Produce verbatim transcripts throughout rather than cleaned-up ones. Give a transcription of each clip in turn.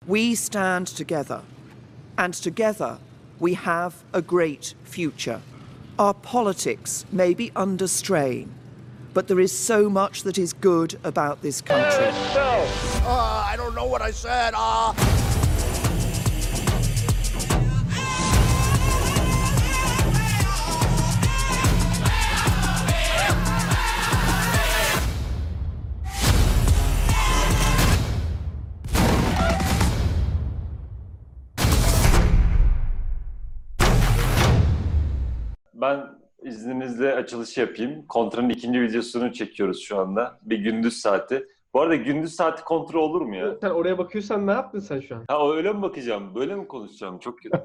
We stand together, and together we have a great future. Our politics may be under strain, but there is so much that is good about this country. Uh, I don't know what I said. Uh... Ben izninizle açılış yapayım. Kontra'nın ikinci videosunu çekiyoruz şu anda. Bir gündüz saati. Bu arada gündüz saati kontra olur mu ya? Sen oraya bakıyorsan ne yaptın sen şu an? Ha öyle mi bakacağım? Böyle mi konuşacağım? Çok kötü.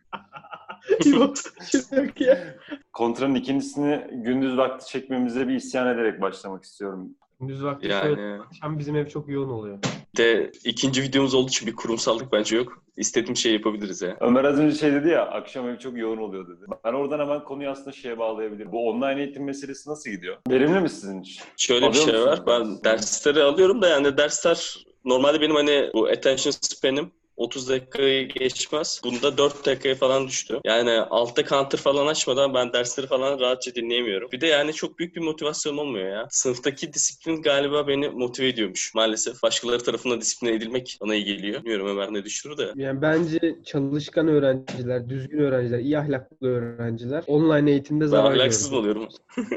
Yok, yok ya. Kontra'nın ikincisini gündüz vakti çekmemize bir isyan ederek başlamak istiyorum. Gündüz vakti Yani- şöyle, akşam bizim ev çok yoğun oluyor. De ikinci videomuz olduğu için bir kurumsallık bence yok. İstediğim şeyi yapabiliriz ya. Ömer az önce şey dedi ya, akşam ev çok yoğun oluyor dedi. Ben oradan hemen konuyu aslında şeye bağlayabilirim. Bu online eğitim meselesi nasıl gidiyor? Verimli mi sizin için? Şöyle bir Alıyor şey var. musunuz Ben dersleri? dersleri alıyorum da yani dersler normalde benim hani bu attention span'im otuz dakikayı geçmez. Bunda dört dakikaya falan düştü. Yani altta counter falan açmadan ben dersleri falan rahatça dinleyemiyorum. Bir de yani çok büyük bir motivasyon olmuyor ya. Sınıftaki disiplin galiba beni motive ediyormuş maalesef. Başkaları tarafından disipline edilmek bana iyi geliyor. Bilmiyorum Ömer ne düşünür de. Yani bence çalışkan öğrenciler, düzgün öğrenciler, iyi ahlaklı öğrenciler online eğitimde Ben zarar ahlaksız mı görüyor. oluyorum?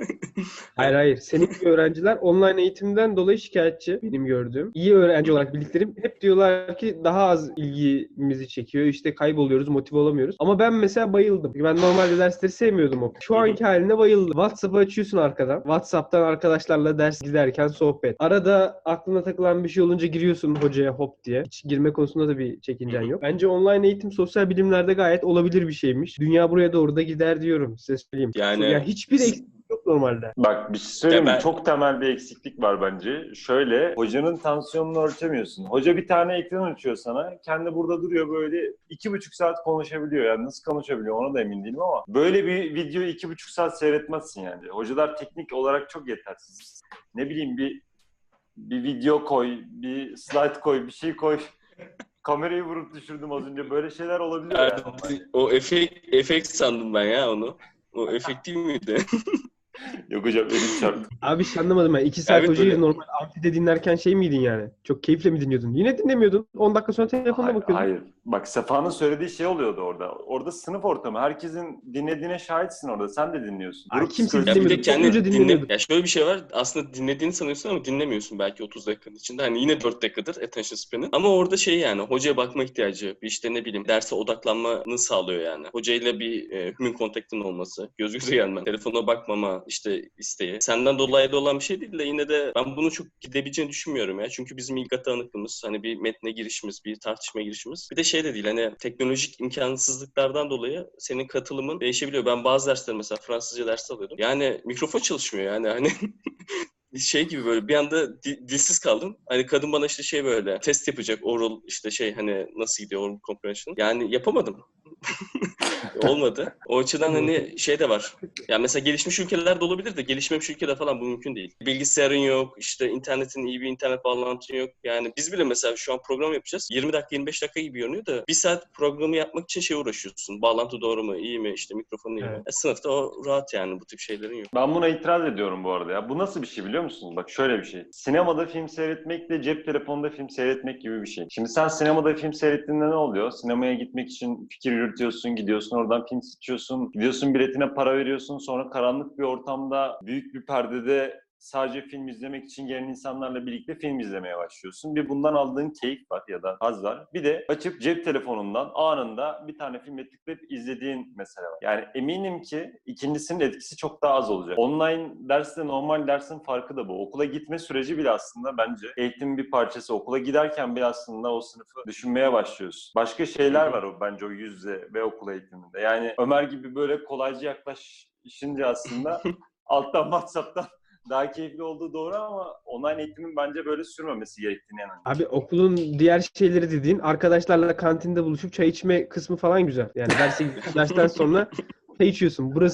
Hayır hayır. Senin gibi öğrenciler online eğitimden dolayı şikayetçi benim gördüğüm. İyi öğrenci olarak bildiklerim hep diyorlar ki daha az ilgimizi çekiyor. İşte kayboluyoruz, motive olamıyoruz. Ama ben mesela bayıldım. Ben normalde dersleri sevmiyordum o. Şu anki haline bayıldım. WhatsApp'ı açıyorsun arkadan. WhatsApp'tan arkadaşlarla ders giderken sohbet. Arada aklına takılan bir şey olunca giriyorsun hocaya hop diye. Hiç girme konusunda da bir çekincen yok. Bence online eğitim sosyal bilimlerde gayet olabilir bir şeymiş. Dünya buraya doğru da gider diyorum size söyleyeyim. Yani- ya hiçbir eksik yok normalde. Bak bir şey söyleyeyim mi? Temel. Çok temel bir eksiklik var bence. Şöyle, hocanın tansiyonunu ölçemiyorsun. Hoca bir tane ekran açıyor sana. Kendi burada duruyor böyle iki buçuk saat konuşabiliyor. Yani nasıl konuşabiliyor ona da emin değilim ama böyle bir videoyu iki buçuk saat seyretmezsin yani. Hocalar teknik olarak çok yetersiz. Ne bileyim bir bir video koy, bir slide koy, bir şey koy. Kamerayı vurup düşürdüm az önce. Böyle şeyler olabiliyor yani. Yani o efekt, efekt sandım ben ya onu. O efekt değil miydi? Yok hocam elim çarptı. Abi hiç anlamadım ben. İki saat Evet, hocayı öyle. normal amfide dinlerken şey miydin yani? Çok keyifle mi dinliyordun? Yine dinlemiyordun. on dakika sonra telefonuna Hayır, bakıyordun. hayır. Bak Sefa'nın söylediği şey oluyordu orada. Orada sınıf ortamı. Herkesin dinlediğine şahitsin orada. Sen de dinliyorsun. Ay, Grup kimse psikolojisi- Ya bir de Dinlemiyordum. Çok kendi önce dinle... dinlemiyordum. Ya şöyle bir şey var. Aslında dinlediğini sanıyorsun ama dinlemiyorsun belki otuz dakikanın içinde. Hani yine dört dakikadır attention span'in. Ama orada şey yani hocaya bakma ihtiyacı, bir işte ne bileyim derse odaklanmanı sağlıyor yani. Hocayla bir e, human contact'ın olması, göz göze gelmen, telefona bakmama işte isteği. Senden dolayı da olan bir şey değil de yine de ben bunu çok gidebileceğini düşünmüyorum ya. Çünkü bizim ilk tanıklığımız hani bir metne girişimiz, bir tartışma girişimiz. Bir de şey de değil hani teknolojik imkansızlıklardan dolayı senin katılımın değişebiliyor. Ben bazı dersler mesela Fransızca ders alıyordum. Yani mikrofon çalışmıyor yani hani şey gibi böyle bir anda di- dilsiz kaldım. Hani kadın bana işte şey böyle test yapacak oral işte şey hani nasıl gidiyor oral comprehension. Yani yapamadım. Olmadı. O açıdan hani şey de var. Yani mesela gelişmiş ülkelerde olabilir de gelişmemiş ülkede falan bu mümkün değil. Bilgisayarın yok, işte internetin iyi bir internet bağlantın yok. Yani biz bile mesela şu an program yapacağız. yirmi dakika yirmi beş dakika gibi görünüyor da bir saat programı yapmak için şey uğraşıyorsun. Bağlantı doğru mu, iyi mi, işte mikrofonu iyi mi? Evet. E, sınıfta o rahat yani bu tip şeylerin yok. Ben buna itiraz ediyorum bu arada ya. Bu nasıl bir şey biliyor musunuz? Bak şöyle bir şey. Sinemada film seyretmekle cep telefonunda film seyretmek gibi bir şey. Şimdi sen sinemada film seyrettiğinde ne oluyor? Sinemaya gitmek için fikir yürütüyorsun, gidiyorsun oradan film seçiyorsun, gidiyorsun biletine para veriyorsun. Sonra karanlık bir ortamda büyük bir perdede sadece film izlemek için gelen insanlarla birlikte film izlemeye başlıyorsun. Bir bundan aldığın keyif var ya da haz var. Bir de açıp cep telefonundan anında bir tane filme tıklayıp izlediğin mesele var. Yani eminim ki ikincisinin etkisi çok daha az olacak. Online dersle normal dersin farkı da bu. Okula gitme süreci bile aslında bence eğitimin bir parçası. Okula giderken bile aslında o sınıfı düşünmeye başlıyorsun. Başka şeyler var o bence o yüz yüze ve okul eğitiminde. Yani Ömer gibi böyle kolaycı yaklaşınca aslında alttan WhatsApp'tan daha keyifli olduğu doğru ama online eğitimin bence böyle sürmemesi gerektiğini inanıyorum. Abi okulun diğer şeyleri dediğin arkadaşlarla kantinde buluşup çay içme kısmı falan güzel. Yani derse, dersten sonra çay içiyorsun. Burası güzel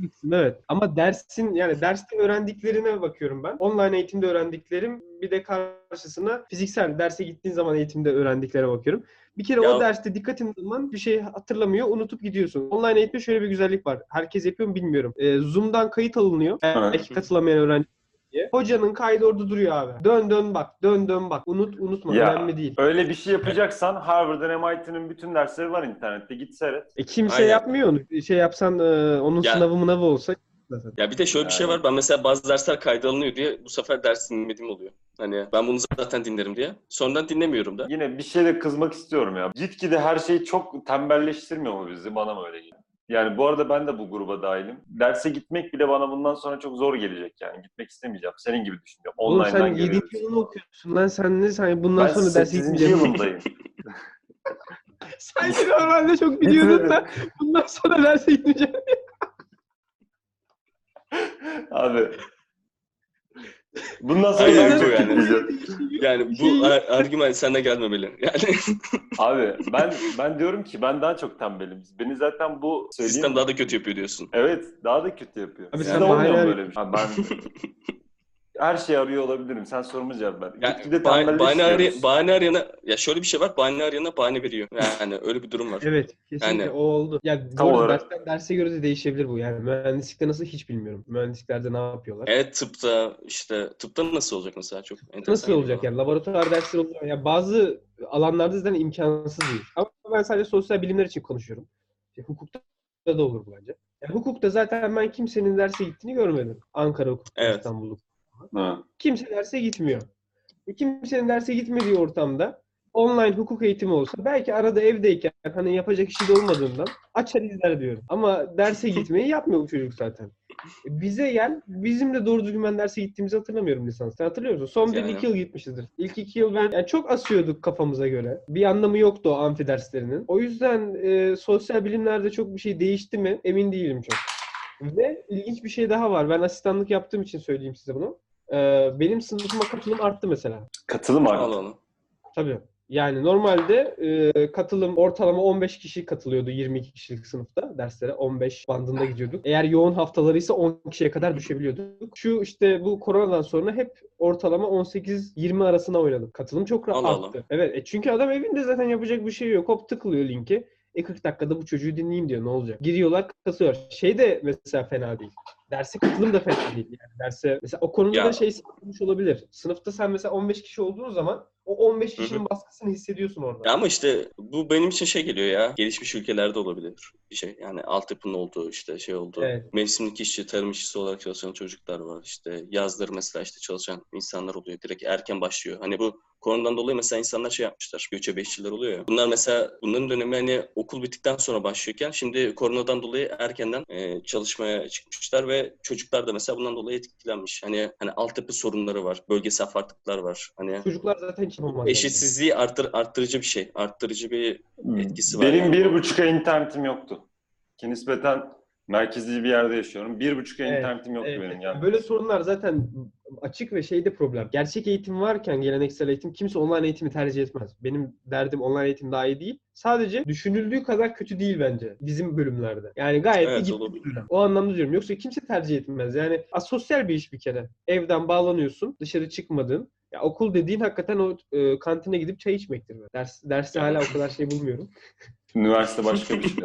Haklısın, evet. Ama dersin yani derste öğrendiklerine bakıyorum ben. Online eğitimde öğrendiklerim bir de karşısına fiziksel derse gittiğin zaman eğitimde öğrendiklerine bakıyorum. Bir kere Ya- o derste dikkatin zaman bir şey hatırlamıyor, unutup gidiyorsun. Online eğitimde şöyle bir güzellik var. Herkes yapıyor mu bilmiyorum. Ee, Zoom'dan kayıt alınıyor. Belki katılamayan öğrenci diye. Hocanın kaydı orada duruyor abi. Dön dön bak, dön dön bak. Unut unutma, Ya önemli değil. öyle bir şey yapacaksan Harvard'ın M I T'nin bütün dersleri var internette. Git seyret. E kimse Aynen. yapmıyor onu. Şey yapsan e, onun Ya- sınavı mınavı olsa zaten. Ya bir de şöyle bir şey Yani. var. Ben mesela bazı dersler kayda alınıyor diye bu sefer ders dinlemediğim oluyor. Hani ben bunu zaten dinlerim diye. Sonradan dinlemiyorum da. Yine bir şeyle kızmak istiyorum ya. Gitgide her şeyi çok tembelleştirmiyor mu bizi? Bana mı öyle geliyor? Yani bu arada ben de bu gruba dahilim. Derse gitmek bile bana bundan sonra çok zor gelecek yani. Gitmek istemeyeceğim. Senin gibi düşünüyorum. Oğlum sen Online'dan yedinci görüyoruz. yılını okuyorsun lan, sen ne sen bundan Ben sonra derse sekizinci gitmeyeceksin. yılındayım. Sanki normalde çok biliyordun da bundan sonra derse gitmeyeceksin. Abi. Bundan sonra Aynen ben bu çok yani. gitmeyeceğim. Yani Şey- bu ar- argüman sana gelmemeli. Yani Abi ben ben diyorum ki ben daha çok tembelim. Beni zaten bu söyleyeyim. sistem daha da kötü yapıyor diyorsun. Evet, daha da kötü yapıyor. Abi Sizde sen olmuyor mu bahane böyle bir şey? Ha, ben her şeyi arıyor olabilirim. Sen soruma cevap ver. Ya, Gitgide bah- bahane, tembelleştiriyoruz. araya, bahane arayana, ya şöyle bir şey var, bahane arayana bahane veriyor. Yani öyle bir durum var. Evet, kesinlikle Yani- o oldu. Ya bu Tam arada olarak. dersten derse göre de değişebilir bu. Yani mühendislikte nasıl hiç bilmiyorum. Mühendisliklerde ne yapıyorlar? Evet, tıpta işte tıpta nasıl olacak mesela, çok enteresan Nasıl geliyor olacak bana. yani? Laboratuvar dersleri oluyor. Ya bazı alanlarda zaten imkansız değil. Ama ben sadece sosyal bilimler için konuşuyorum. İşte hukukta da olur bu bence. Ya hukukta zaten ben kimsenin derse gittiğini görmedim. Ankara Hukuk, Evet. İstanbul Hukuk. Ha. Kimse derse gitmiyor. E, kimsenin derse gitmediği ortamda online hukuk eğitimi olsa belki arada evdeyken hani yapacak işi de olmadığından açar izler diyorum. Ama derse gitmeyi yapmıyor bu çocuk zaten. E, bize gel, bizim de doğru düzgün ben derse gittiğimizi hatırlamıyorum lisansta. Hatırlıyor musun? Son bir Yani. iki yıl gitmişizdir. İlk iki yıl ben yani çok asıyorduk kafamıza göre. Bir anlamı yoktu o amfi derslerinin. O yüzden e, sosyal bilimlerde çok bir şey değişti mi emin değilim çok. Ve ilginç bir şey daha var. Ben asistanlık yaptığım için söyleyeyim size bunu. Ee, benim sınıfıma katılım arttı mesela. Katılım Allah artık. Allah. Tabii. Yani normalde e, katılım ortalama on beş kişi katılıyordu yirmi iki kişilik sınıfta derslere. on beş bandında gidiyorduk. Eğer yoğun haftaları ise on kişiye kadar düşebiliyorduk. Şu işte bu koronadan sonra hep ortalama on sekiz yirmi arasına oynadık. Katılım çok Allah arttı. Allah. Evet. E çünkü adam evinde zaten yapacak bir şey yok. Hop tıklıyor linki. E kırk dakikada bu çocuğu dinleyeyim diyor. Ne olacak? Giriyorlar, kasıyor. Şey de mesela fena değil. Derse katılım da fena değil. Yani derse mesela o konuda Ya. da şey sağlamış olabilir. Sınıfta sen mesela on beş kişi olduğun zaman o on beş kişinin baskısını hissediyorsun orada. Ya ama işte bu benim için şey geliyor ya. Gelişmiş ülkelerde olabilir bir şey. Yani altyapının olduğu, işte şey olduğu. Evet. Mevsimlik işçi, tarım işçisi olarak çalışan çocuklar var. İşte yazları mesela işte çalışan insanlar oluyor. Direkt erken başlıyor. Hani bu koronadan dolayı mesela insanlar şey yapmışlar. Göçebe işçiler oluyor ya. Bunlar mesela bunların dönemi hani okul bittikten sonra başlıyorken şimdi koronadan dolayı erkenden e, çalışmaya çıkmışlar ve çocuklar da mesela bundan dolayı etkilenmiş. Hani hani altyapı sorunları var. Bölgesel farklılıklar var. Hani Çocuklar zaten hiç yapamaz. eşitsizliği arttır, arttırıcı bir şey. Arttırıcı bir etkisi var. Benim yani. bir buçuk ay internetim yoktu. Ki nispeten merkezi bir yerde yaşıyorum. Bir buçuk ay Evet, internetim yoktu Evet, benim evet. yani. Böyle sorunlar zaten açık ve şeyde problem. Gerçek eğitim varken geleneksel eğitim kimse online eğitimi tercih etmez. Benim derdim online eğitim daha iyi değil. Sadece düşünüldüğü kadar kötü değil bence bizim bölümlerde. Yani gayet Evet, iyi gitti olabilir. bir dönem. O anlamda diyorum. Yoksa kimse tercih etmez. Yani asosyal bir iş bir kere. Evden bağlanıyorsun, dışarı çıkmadın. Ya okul dediğin hakikaten o e, kantine gidip çay içmektir. Ders derste hala o kadar şey bulmuyorum. Üniversite başka bir şey.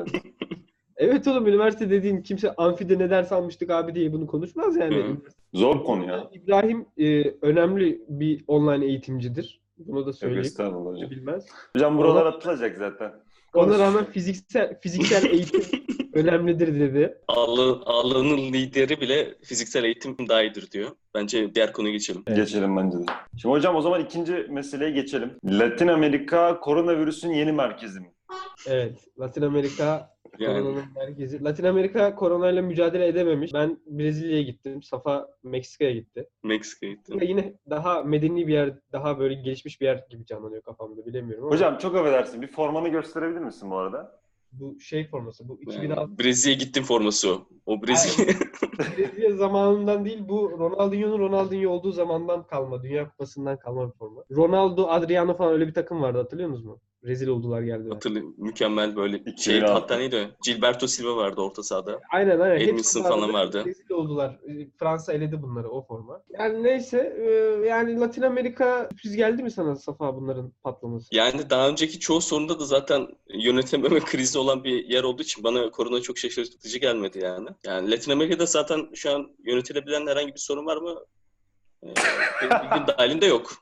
Evet oğlum, üniversite dediğin kimse amfide ne ders almıştık abi diye bunu konuşmaz yani. Hı hı. Zor konu ya. İbrahim e, önemli bir online eğitimcidir. Bunu da Yok söyleyeyim. estağfurullah hocam. Bilmez. Hocam buralar atılacak zaten. Ona rağmen fiziksel fiziksel eğitim önemlidir dedi. Alan, alanın lideri bile fiziksel eğitim daha iyidir diyor. Bence diğer konuya geçelim. Evet. Geçelim bence de. Şimdi hocam o zaman ikinci meseleye geçelim. Latin Amerika koronavirüsün yeni merkezi mi? Evet. Latin Amerika Yani. koronanın merkezi. Latin Amerika koronayla mücadele edememiş. Ben Brezilya'ya gittim. Safa Meksika'ya gitti. Meksika'ya gittim. Ve yine daha medeni bir yer, daha böyle gelişmiş bir yer gibi canlanıyor kafamda. Bilemiyorum ama Hocam çok affedersin. Bir formanı gösterebilir misin bu arada? bu şey forması. Bu iki bin Yani altı Brezilya'ya gittim forması o. O Brezilya. Brezilya zamanından değil, bu Ronaldinho'nun Ronaldinho olduğu zamandan kalma. Dünya Kupası'ndan kalma bir forma. Ronaldo, Adriano falan öyle bir takım vardı, hatırlıyor musunuz mu? Rezil oldular geldiler. Hatırlıyorum. Mükemmel böyle şey. iki bin altı. Hatta neydi o? Gilberto Silva vardı orta sahada. Aynen aynen. Edmondson Hepsi falan vardı. Rezil oldular. Fransa eledi bunları o forma. Yani neyse e, yani Latin Amerika sürpriz geldi mi sana Safa bunların patlaması? Yani daha önceki çoğu sorunda da zaten yönetememe krizi olan bir yer olduğu için bana korona çok şaşırtıcı gelmedi yani. Yani Latin Amerika'da zaten şu an yönetilebilen herhangi bir sorun var mı? Ee, benim bilgim dahilinde yok.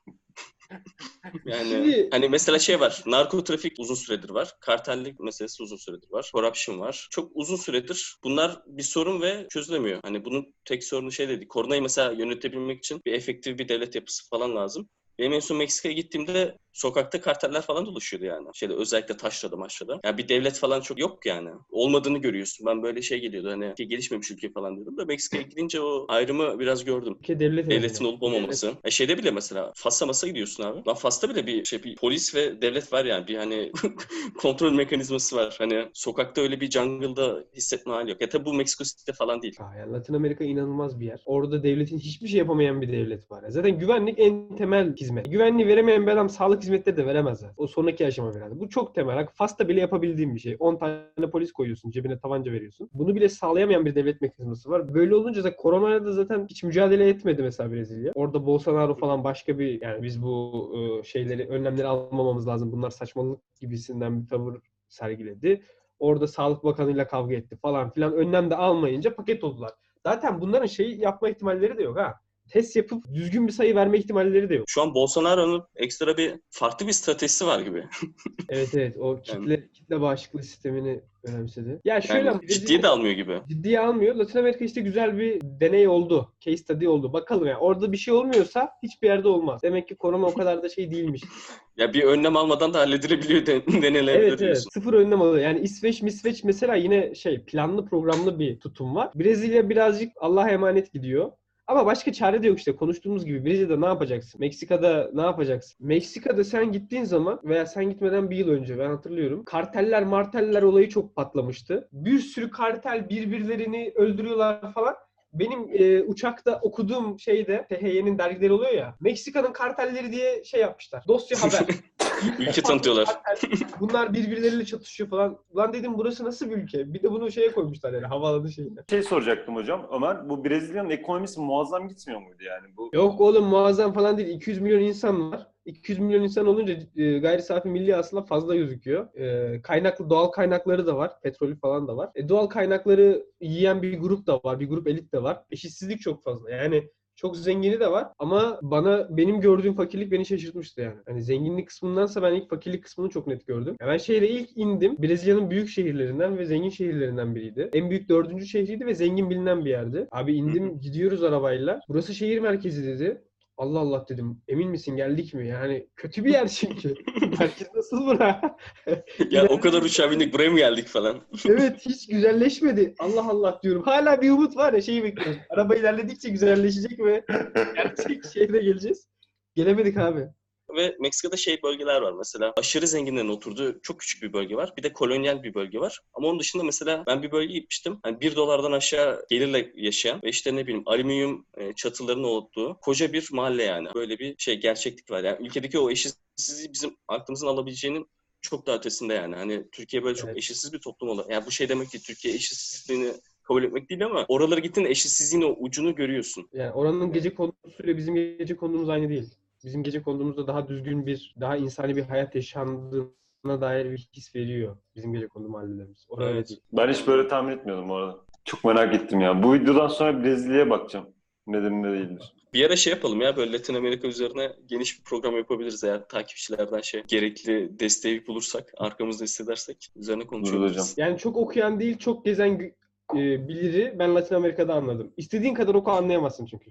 Yani Şimdi- hani mesela şey var, narkotrafik uzun süredir var, kartellik meselesi uzun süredir var, corruption var. Çok uzun süredir bunlar bir sorun ve çözülemiyor. Hani bunun tek sorunu şey dedi, koronayı mesela yönetebilmek için bir efektif bir devlet yapısı falan lazım. Benim en son Meksika'ya gittiğimde sokakta karteller falan dolaşıyordu yani. Şeyde özellikle taşrada maşrada. Yani bir devlet falan çok yok yani. Olmadığını görüyorsun. Ben böyle şey geliyordu hani ki gelişmemiş ülke falan diyordum da Meksika'ya gidince o ayrımı biraz gördüm. Ki devlet Devletin yani. olup olmaması. E şeyde bile mesela Fas'a masa gidiyorsun abi. Lan Fas'ta bile bir şey bir polis ve devlet var yani. Bir hani kontrol mekanizması var. Hani sokakta öyle bir jungle'da hissetme hali yok. Ya tabi bu Meksiko City'de falan değil. Aa, yani Latin Amerika inanılmaz bir yer. Orada devletin hiçbir şey yapamayan bir devlet var. Zaten güvenlik en temel hizmet. Güvenliği veremeyen bir adam sağlık hizmetleri de veremez zaten. O sonraki aşama herhalde. Bu çok temel. Fas'ta bile yapabildiğim bir şey. on tane polis koyuyorsun, cebine tabanca veriyorsun. Bunu bile sağlayamayan bir devlet mekanizması var. Böyle olunca da koronayla da zaten hiç mücadele etmedi mesela Brezilya. Orada Bolsonaro falan başka bir yani biz bu e, şeyleri önlemleri almamamız lazım. Bunlar saçmalık gibisinden bir tavır sergiledi. Orada Sağlık Bakanı'yla kavga etti falan filan. Önlem de almayınca paket oldular. Zaten bunların şeyi yapma ihtimalleri de yok ha. Test yapıp düzgün bir sayı verme ihtimalleri de yok. Şu an Bolsonaro'nun ekstra bir farklı bir stratejisi var gibi. Evet evet o kitle kitle bağışıklığı sistemini önemsedi. Ya şöyle Yani ciddiye de almıyor gibi. ciddiye almıyor. Latin Amerika işte güzel bir deney oldu. Case study oldu. Bakalım yani orada bir şey olmuyorsa hiçbir yerde olmaz. Demek ki korona o kadar da şey değilmiş. Ya bir önlem almadan da halledilebiliyor, de, denilebilir Evet evet. diyorsun. Sıfır önlem alıyor. Yani İsveç, İsveç mesela yine şey planlı programlı bir tutum var. Brezilya birazcık Allah'a emanet gidiyor. Ama başka çare de yok işte. Konuştuğumuz gibi Brezilya'da ne yapacaksın? Meksika'da ne yapacaksın? Meksika'da sen gittiğin zaman veya sen gitmeden bir yıl önce ben hatırlıyorum. Karteller, marteller olayı çok patlamıştı. Bir sürü kartel birbirlerini öldürüyorlar falan. Benim e, uçakta okuduğum şeyde T H Y'nin dergileri oluyor ya. Meksika'nın kartelleri diye şey yapmışlar. Dosya haber. Ülke tanıtıyorlar. Bunlar birbirleriyle çatışıyor falan. Lan dedim burası nasıl bir ülke? Bir de bunu şeye koymuşlar yani havaalanı şeyine. Şey soracaktım hocam. Ömer, bu Brezilya'nın ekonomisi muazzam gitmiyor muydu yani? Bu Yok oğlum muazzam falan değil. iki yüz milyon insan var. iki yüz milyon insan olunca e, gayri safi milli aslında fazla gözüküyor. E, kaynaklı doğal kaynakları da var. Petrolü falan da var. E, doğal kaynakları yiyen bir grup da var. Bir grup elit de var. Eşitsizlik çok fazla. Yani çok zengini de var ama bana benim gördüğüm fakirlik beni şaşırtmıştı yani. Hani zenginlik kısmındansa ben ilk fakirlik kısmını çok net gördüm. Ya ben şehre ilk indim. Brezilya'nın büyük şehirlerinden ve zengin şehirlerinden biriydi. En büyük dördüncü şehriydi ve zengin bilinen bir yerdi. Abi indim gidiyoruz arabayla. Burası şehir merkezi dedi. Allah Allah dedim. Emin misin geldik mi? Yani kötü bir yer çünkü. Merkez nasıl bura? Ya o kadar uçağa bindik buraya mı geldik falan. Evet hiç güzelleşmedi. Allah Allah diyorum. Hala bir umut var ya şeyi bekliyoruz. Araba ilerledikçe güzelleşecek ve gerçek şehre geleceğiz. Gelemedik abi. Ve Meksika'da şey bölgeler var mesela. Aşırı zenginlerin oturduğu çok küçük bir bölge var. Bir de kolonyal bir bölge var. Ama onun dışında mesela ben bir bölgeye gitmiştim. Hani bir dolardan aşağı gelirle yaşayan ve işte ne bileyim alüminyum çatıların olduğu koca bir mahalle yani. Böyle bir şey gerçeklik var. Yani ülkedeki o eşitsizliği bizim aklımızın alabileceğinin çok daha ötesinde yani. Hani Türkiye böyle çok Evet. eşitsiz bir toplum olur. Yani bu şey demek ki Türkiye eşitsizliğini kabul etmek değil ama oralara gittiğinde eşitsizliğin o ucunu görüyorsun. Yani oranın gece kondusuyla bizim gece kondumuz aynı değil. Bizim gece kondumuzda daha düzgün bir, daha insani bir hayat yaşandığına dair bir his veriyor bizim gece kondu mahallelerimiz. Orada öyle Evet. değil. ben hiç böyle tahmin etmiyordum bu arada. Çok merak ettim ya. Bu videodan sonra Brezilya'ya bakacağım. Nedir ne değildir. Bir ara şey yapalım ya böyle Latin Amerika üzerine geniş bir program yapabiliriz eğer takipçilerden şey gerekli desteği bulursak, arkamızda hissedersek üzerine Buyurun konuşabiliriz. hocam. Yani çok okuyan değil, çok gezen gü- e, biliri ben Latin Amerika'da anladım. İstediğin kadar oku anlayamazsın çünkü.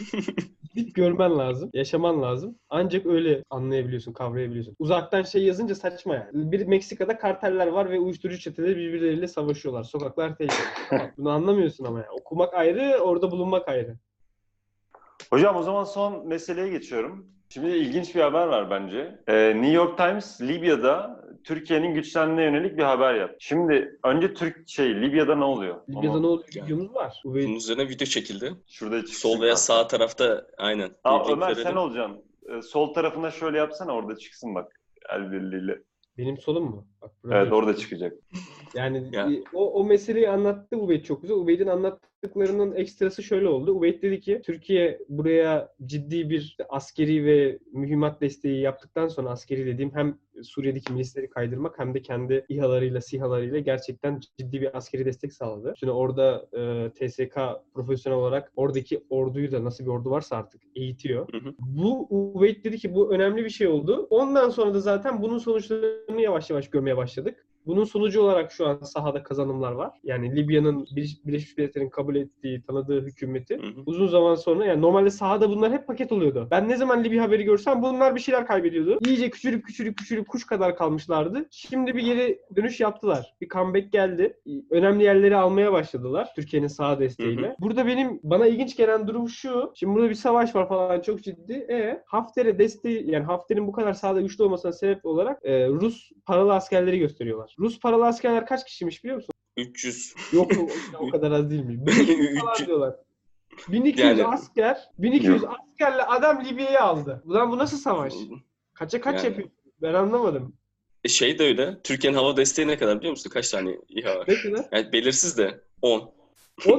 Gidip görmen lazım, yaşaman lazım. Ancak öyle anlayabiliyorsun, kavrayabiliyorsun. Uzaktan şey yazınca saçma yani. Bir Meksika'da karteller var ve uyuşturucu çeteleri birbirleriyle savaşıyorlar. Sokaklar tehlikeli. Tamam, bunu anlamıyorsun ama yani. Okumak ayrı, orada bulunmak ayrı. Hocam o zaman son meseleye geçiyorum. Şimdi ilginç bir haber var bence. Ee, New York Times Libya'da Türkiye'nin güçlenmeye yönelik bir haber yaptı. Şimdi önce Türk şey Libya'da ne oluyor? Libya'da Onu- ne oluyor Yani. videomuz var. Bu Bunun üzerine video çekildi. Şurada çıksın. Sol veya sağ tarafta aynen. Aa, Bir link Ömer sen verelim. olacaksın. Ee, sol tarafına şöyle yapsana orada çıksın bak. El birliğiyle. Benim solum mu? Bak, burada Evet değil. orada çıkacak. Yani Ya. e, o, o meseleyi anlattı Ubeyd çok güzel. Ubeyd'in anlattıklarının ekstrası şöyle oldu. Ubeyd dedi ki Türkiye buraya ciddi bir askeri ve mühimmat desteği yaptıktan sonra, askeri dediğim hem Suriye'deki milisleri kaydırmak hem de kendi İHA'larıyla, SİHA'larıyla gerçekten ciddi bir askeri destek sağladı. Şimdi orada e, T S K profesyonel olarak oradaki orduyu da, nasıl bir ordu varsa artık, eğitiyor. Hı hı. Bu Ubeyd dedi ki bu önemli bir şey oldu. Ondan sonra da zaten bunun sonuçlarını yavaş yavaş görmeye başladık. Bunun sonucu olarak şu an sahada kazanımlar var. Yani Libya'nın Birleşmiş Milletler'in kabul ettiği, tanıdığı hükümeti Hı hı. uzun zaman sonra, yani normalde sahada bunlar hep paket oluyordu. Ben ne zaman Libya haberi görsem bunlar bir şeyler kaybediyordu. İyice küçülüp küçülüp küçülüp kuş kadar kalmışlardı. Şimdi bir geri dönüş yaptılar. Bir comeback geldi. Önemli yerleri almaya başladılar Türkiye'nin saha desteğiyle. Hı hı. Burada benim bana ilginç gelen durum şu. Şimdi burada bir savaş var falan, çok ciddi. E Hafter'e desteği, yani Hafter'in bu kadar sahada güçlü olmasına sebep olarak e, Rus paralı askerleri gösteriyorlar. Rus paralı askerler kaç kişiymiş biliyor musun? üç yüz. Yok mu? O kadar az değil mi? bin iki yüz falan üç yüz. diyorlar. bin iki yüz Yani- asker, bin iki yüz Yok. askerle adam Libya'yı aldı. Ulan bu nasıl savaş? Kaça kaç Yani- yapıyor? Ben anlamadım. E şey de öyle. Türkiye'nin hava desteği ne kadar biliyor musun? Kaç tane İHA var? Ne kadar? Yani belirsiz de on. O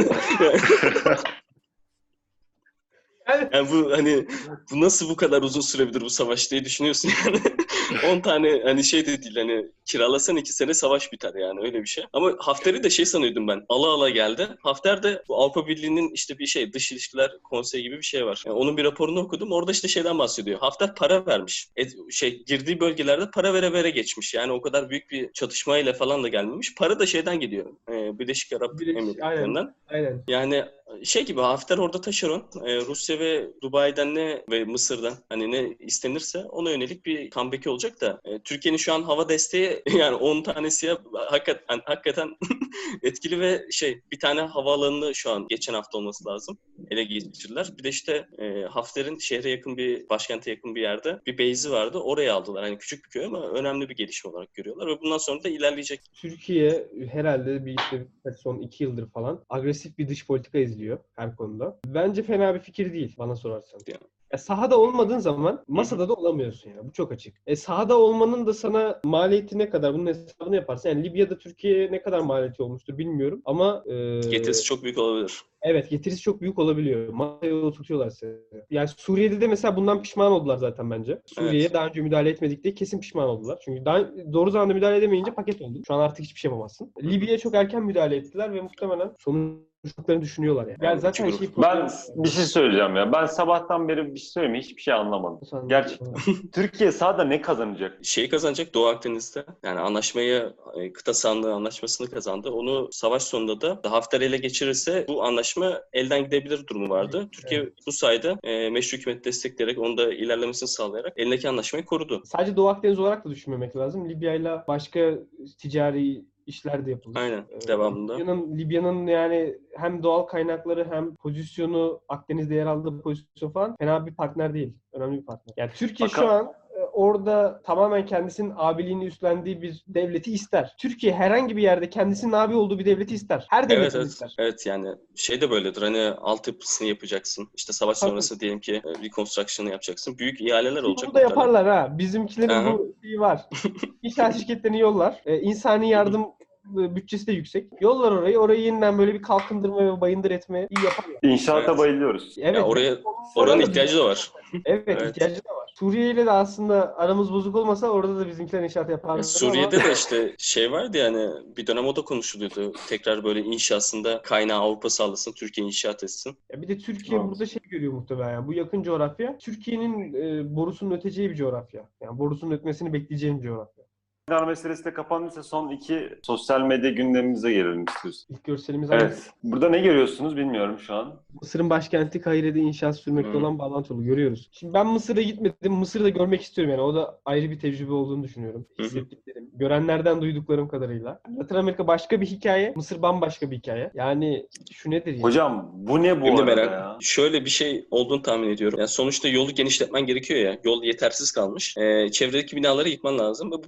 yani, Yani bu hani bu nasıl bu kadar uzun sürebilir bu savaş diye düşünüyorsun yani. on tane hani şey de değil, hani kiralasan iki sene savaş biter yani, öyle bir şey. Ama Hafter'i de şey sanıyordum ben. Ala ala geldi. Hafter de bu Avrupa Birliği'nin işte bir şey, dış ilişkiler konseyi gibi bir şey var. Yani onun bir raporunu okudum. Orada işte şeyden bahsediyor. Hafter para vermiş. E, şey girdiği bölgelerde para vere vere geçmiş. Yani o kadar büyük bir çatışmayla falan da gelmemiş. Para da şeyden geliyor. E, Birleşik Arap Birleşik- Emirlikleri'nden. aynen. Yani şey gibi, Hafter orada taşeron. Ee, Rusya ve Dubai'den ne ve Mısır'dan hani ne istenirse ona yönelik bir comeback olacak da e, Türkiye'nin şu an hava desteği yani on tanesi ya, hakikaten, hakikaten etkili ve şey, bir tane havaalanını şu an geçen hafta olması lazım ele geçirdiler. Bir de işte e, Hafter'in şehre yakın bir, başkente yakın bir yerde bir base'i vardı. Oraya aldılar. Hani küçük bir köy ama önemli bir gelişme olarak görüyorlar ve bundan sonra da ilerleyecek. Türkiye herhalde bir işte son iki yıldır falan agresif bir dış politika izliyor her konuda. Bence fena bir fikir değil bana sorarsan. Ya. Ya sahada olmadığın zaman masada da olamıyorsun ya. Bu çok açık. E sahada olmanın da sana maliyeti ne kadar? Bunun hesabını yaparsın. Yani Libya'da Türkiye'ye ne kadar maliyeti olmuştur bilmiyorum ama e, Getirisi çok büyük olabilir. evet, getirisi çok büyük olabiliyor. Masaya oturtuyorlar seni. Yani Suriye'de de mesela bundan pişman oldular zaten bence. Suriye'ye Evet. daha önce müdahale etmedik diye kesin pişman oldular. Çünkü daha, doğru zamanda müdahale edemeyince paket oldu. Şu an artık hiçbir şey yapamazsın. Libya'ya çok erken müdahale ettiler ve muhtemelen sonuçlarını düşünüyorlar yani. Yani Yani zaten iki şey grup. Ben bir şey söyleyeceğim ya. Ben sabahtan beri bir şey söyleyeyim mi? Hiçbir şey anlamadım. Gerçekten. Türkiye sahada ne kazanacak? Şeyi kazanacak Doğu Akdeniz'de. Yani anlaşmayı, e, kıta sahanlığı anlaşmasını kazandı. Onu savaş sonunda da Hafter ele geçirirse bu anlaşma elden gidebilir durumu vardı. Türkiye bu sayede e, meşru hükümeti destekleyerek, onu da ilerlemesini sağlayarak elindeki anlaşmayı korudu. Sadece Doğu Akdeniz olarak da düşünmemek lazım. Libya'yla başka ticari işler de yapılır. Aynen, Ee, devamında. Libya'nın, Libya'nın yani hem doğal kaynakları hem pozisyonu, Akdeniz'de yer aldığı pozisyon falan fena bir partner değil. Önemli bir partner. Yani Türkiye Fakat- şu an e, orada tamamen kendisinin abiliğini üstlendiği bir devleti ister. Türkiye herhangi bir yerde kendisinin abi olduğu bir devleti ister. Her devlet Evet evet. ister. Evet yani şey de böyledir. Hani altyapısını yapacaksın. İşte savaş Tabii. sonrası diyelim ki e, reconstruction'ı yapacaksın. Büyük ihaleler olacak. Bunu da muhtemelen. yaparlar ha. Bizimkilerin Aha. bu şeyi var. İnşaat şirketlerini yollar. Ee, insani yardım e, bütçesi de yüksek. Yollar orayı. Orayı yeniden böyle bir kalkındırma ve bayındır etme iyi yaparlar. İnşaata Evet. bayılıyoruz. Evet. Ya oraya Sonra oranın da- ihtiyacı da var. Evet, Evet. ihtiyacı da var. Suriye ile de aslında aramız bozuk olmasa orada da bizimkiler inşaat yaparlar. Ya Suriye'de de işte şey vardı yani, bir dönem o da konuşuluyordu. Tekrar böyle inşasında kaynağı Avrupa sağlasın, Türkiye inşaat etsin. Ya bir de Türkiye Evet. burada şey görüyor muhtemelen. Yani bu yakın coğrafya Türkiye'nin e, borusunun öteceği bir coğrafya. Yani borusunun ötmesini bekleyeceğim bir coğrafya. İktidar meselesi de kapandıysa son iki sosyal medya gündemimize gelelim istiyorsun. İlk görselimiz hangisi? Evet. Burada ne görüyorsunuz bilmiyorum şu an. Mısır'ın başkenti Kahire'de inşaat sürmekte Hı. olan bağlantı yolu görüyoruz. Şimdi ben Mısır'a gitmedim. Mısır'ı da görmek istiyorum yani. O da ayrı bir tecrübe olduğunu düşünüyorum. Hı hı. Hissettiklerim. Görenlerden duyduklarım kadarıyla. Latin Amerika başka bir hikaye. Mısır bambaşka bir hikaye. Yani şu nedir ya? Hocam bu ne bu Benim de arada merak. ya? Şöyle bir şey olduğunu tahmin ediyorum. Yani sonuçta yolu genişletmen gerekiyor ya. Yol yetersiz kalmış. Ee, çevredeki binaları yıkman lazım. Bu da çok maliyetli.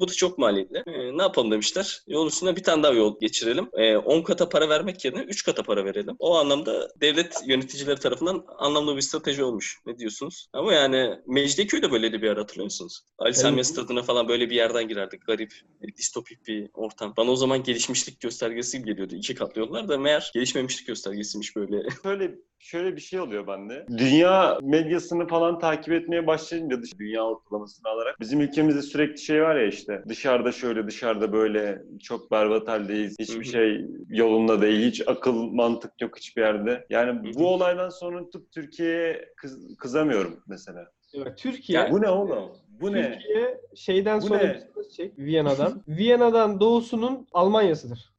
maliyetli. E, ne yapalım demişler. Yol üstüne bir tane daha yol geçirelim. E, on kata para vermek yerine üç kata para verelim. O anlamda devlet yöneticileri tarafından anlamlı bir strateji olmuş. Ne diyorsunuz? Ama yani Mecidiyeköy de böyleydi bir ara, hatırlıyor musunuz? Ali Sami Evet. Stadına falan böyle bir yerden girerdik. Garip, e, distopik bir ortam. Bana o zaman gelişmişlik göstergesi gibi geliyordu. İki katlı yollar da meğer gelişmemişlik göstergesiymiş böyle. Şöyle şöyle bir şey oluyor bende. Dünya medyasını falan takip etmeye başlayınca dış dünya ortalamasını alarak bizim ülkemizde sürekli şey var ya, işte dışarıda şöyle, dışarıda böyle, çok berbat haldeyiz. Hiçbir Hı hı. şey yolunda değil. Hiç akıl mantık yok hiçbir yerde. Yani Hı hı. bu olaydan sonra tutup Türkiye'ye kız- kızamıyorum mesela. Evet, Türkiye Ya, Bu ne oğlum? Bu ne? Türkiye şeyden Bu sonra ne? bir sınır çek Viyana'dan. Viyana'dan doğusunun Almanya'sıdır.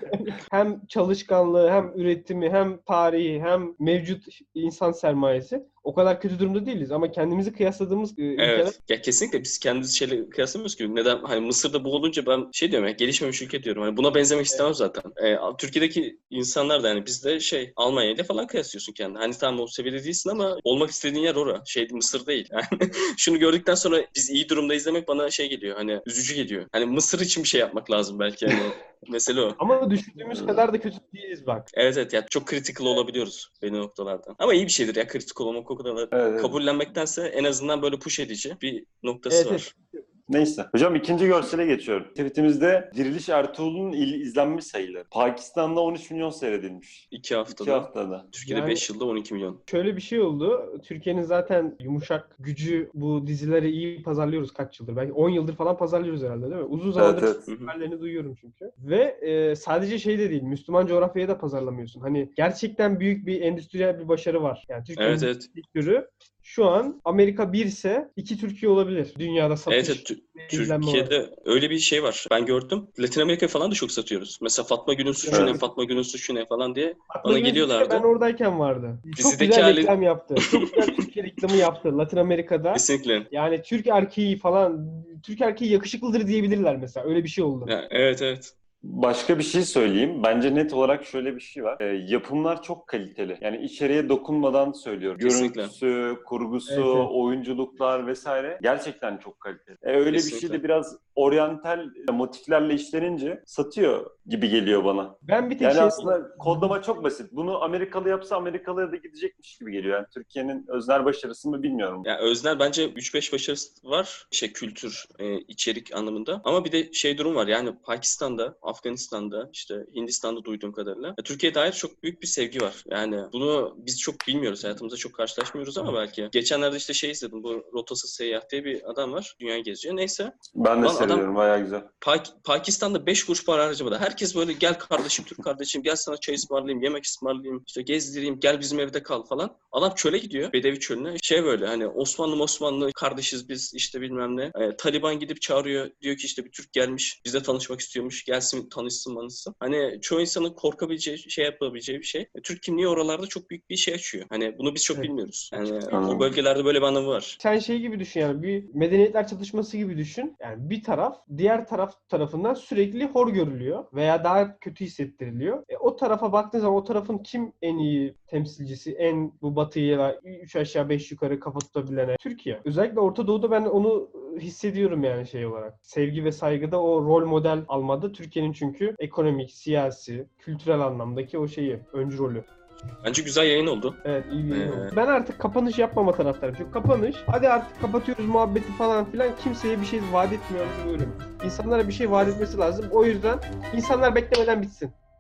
Hem çalışkanlığı, hem üretimi, hem tarihi, hem mevcut insan sermayesi. O kadar kötü durumda değiliz ama kendimizi kıyasladığımız e, ülkeler evet. Ya kesinlikle biz kendimizi şeyle kıyaslamıyoruz ki. Neden? Hani Mısır'da bu olunca ben şey diyorum ya, gelişmemiş ülke diyorum. Hani buna benzemek istemem zaten. Ee, Türkiye'deki insanlar da hani bizde şey Almanya ile falan kıyaslıyorsun kendini. Hani tamam o seviyede değilsin ama olmak istediğin yer ora. Şey Mısır değil. Yani şunu gördükten sonra biz iyi durumdayız demek bana şey geliyor. Hani üzücü geliyor. Hani Mısır için bir şey yapmak lazım belki. Hani mesele o. ama düşündüğümüz kadar da kötü değiliz bak. Evet evet ya çok critical olabiliyoruz belli noktalardan. Ama iyi bir şeydir ya critical olmak o kadar. Evet, evet. Kabullenmektense en azından böyle push edici bir noktası Evet, var. evet. Neyse. Hocam ikinci görsele geçiyorum. Tweetimizde Diriliş Ertuğrul'un il- izlenme sayıları. Pakistan'da on üç milyon seyredilmiş. İki haftada. iki haftada. Türkiye'de Yani- beş yılda on iki milyon. Şöyle bir şey oldu. Türkiye'nin zaten yumuşak gücü, bu dizileri iyi pazarlıyoruz kaç yıldır. Belki on yıldır falan pazarlıyoruz herhalde değil mi? Uzun zamandır Evet, evet. haberlerini duyuyorum çünkü. Ve e, sadece şey de değil, Müslüman coğrafyaya da pazarlamıyorsun. Hani gerçekten büyük bir endüstriyel bir başarı var. Yani Türkiye'nin Evet evet. sektörü şu an Amerika bir ise iki Türkiye olabilir. Dünyada satış. Evet, evet. Tü- ve izlenme olarak. Türkiye'de öyle bir şey var. Ben gördüm. Latin Amerika'ya falan da çok satıyoruz. Mesela Fatma Gül'ün suçu Evet. ne, Fatma Gül'ün suçu ne falan diye Hatta bana Yunus geliyorlardı. Ben oradayken vardı. Çok Dizideki güzel hali- reklam yaptı. Çok güzel Türkiye reklamı yaptı Latin Amerika'da. Kesinlikle. Yani Türk erkeği falan, Türk erkeği yakışıklıdır diyebilirler mesela. Öyle bir şey oldu. Ya, evet evet. Başka bir şey söyleyeyim. Bence net olarak şöyle bir şey var. Ee, yapımlar çok kaliteli. Yani içeriye dokunmadan söylüyorum. Kesinlikle. Görüntüsü, kurgusu, Evet, evet. oyunculuklar vesaire gerçekten çok kaliteli. Ee, öyle bir şey Kesinlikle. de biraz oryantal motiflerle işlenince satıyor gibi geliyor bana. Ben bir tek Yani şey... aslında kodlama çok basit. Bunu Amerikalı yapsa Amerikalı'ya da gidecekmiş gibi geliyor. Yani Türkiye'nin öznel başarısı mı bilmiyorum. Ya Özner bence üç beş başarısı var. Şey kültür, e, içerik anlamında. Ama bir de şey durum var. Yani Pakistan'da, Afganistan'da, işte Hindistan'da duyduğum kadarıyla ya Türkiye'ye dair çok büyük bir sevgi var. Yani bunu biz çok bilmiyoruz. Hayatımızda çok karşılaşmıyoruz ama belki. Geçenlerde işte şey izledim. Bu Rotasız Seyyah diye bir adam var. Dünyayı geziyor. Neyse. Ben de Lan adam- seviyorum. Bayağı güzel. Pak- Pakistan'da beş kuruş para harcamadı. Herkes böyle gel kardeşim, Türk kardeşim, gel sana çay ısmarlayayım, yemek ısmarlayayım, işte gezdireyim, gel bizim evde kal falan. Adam çöle gidiyor, Bedevi çölüne. Şey böyle hani Osmanlı Osmanlı kardeşiz biz işte bilmem ne. E, Taliban gidip çağırıyor. Diyor ki işte bir Türk gelmiş, bizle tanışmak istiyormuş. Gelsin tanışsın manışsın. Hani çoğu insanın korkabileceği, şey yapabileceği bir şey. E, Türk kimliği oralarda çok büyük bir şey açıyor. Hani bunu biz çok Evet. bilmiyoruz. Yani Anladım. o bölgelerde böyle bir anlamı var. Sen şey gibi düşün yani, bir medeniyetler çatışması gibi düşün. Yani bir taraf diğer taraf tarafından sürekli hor görülüyor veya daha kötü hissettiriliyor. E, o tarafa baktığın zaman o tarafın kim en iyi temsilcisi, en bu batıya üç aşağı beş yukarı kafa tutabilene? Türkiye. Özellikle Orta Doğu'da ben onu hissediyorum yani şey olarak. Sevgi ve saygıda o rol model almada Türkiye'nin çünkü ekonomik, siyasi, kültürel anlamdaki o şeyi, öncü rolü. Bence güzel yayın oldu. Evet, iyi bir yayın Ee, oldu. Ben artık kapanış yapmama taraftarım. Çünkü kapanış, hadi artık kapatıyoruz muhabbeti falan filan, kimseye bir şey vaat etmiyor. Böyle. İnsanlara bir şey vaat etmesi lazım. O yüzden insanlar beklemeden bitsin.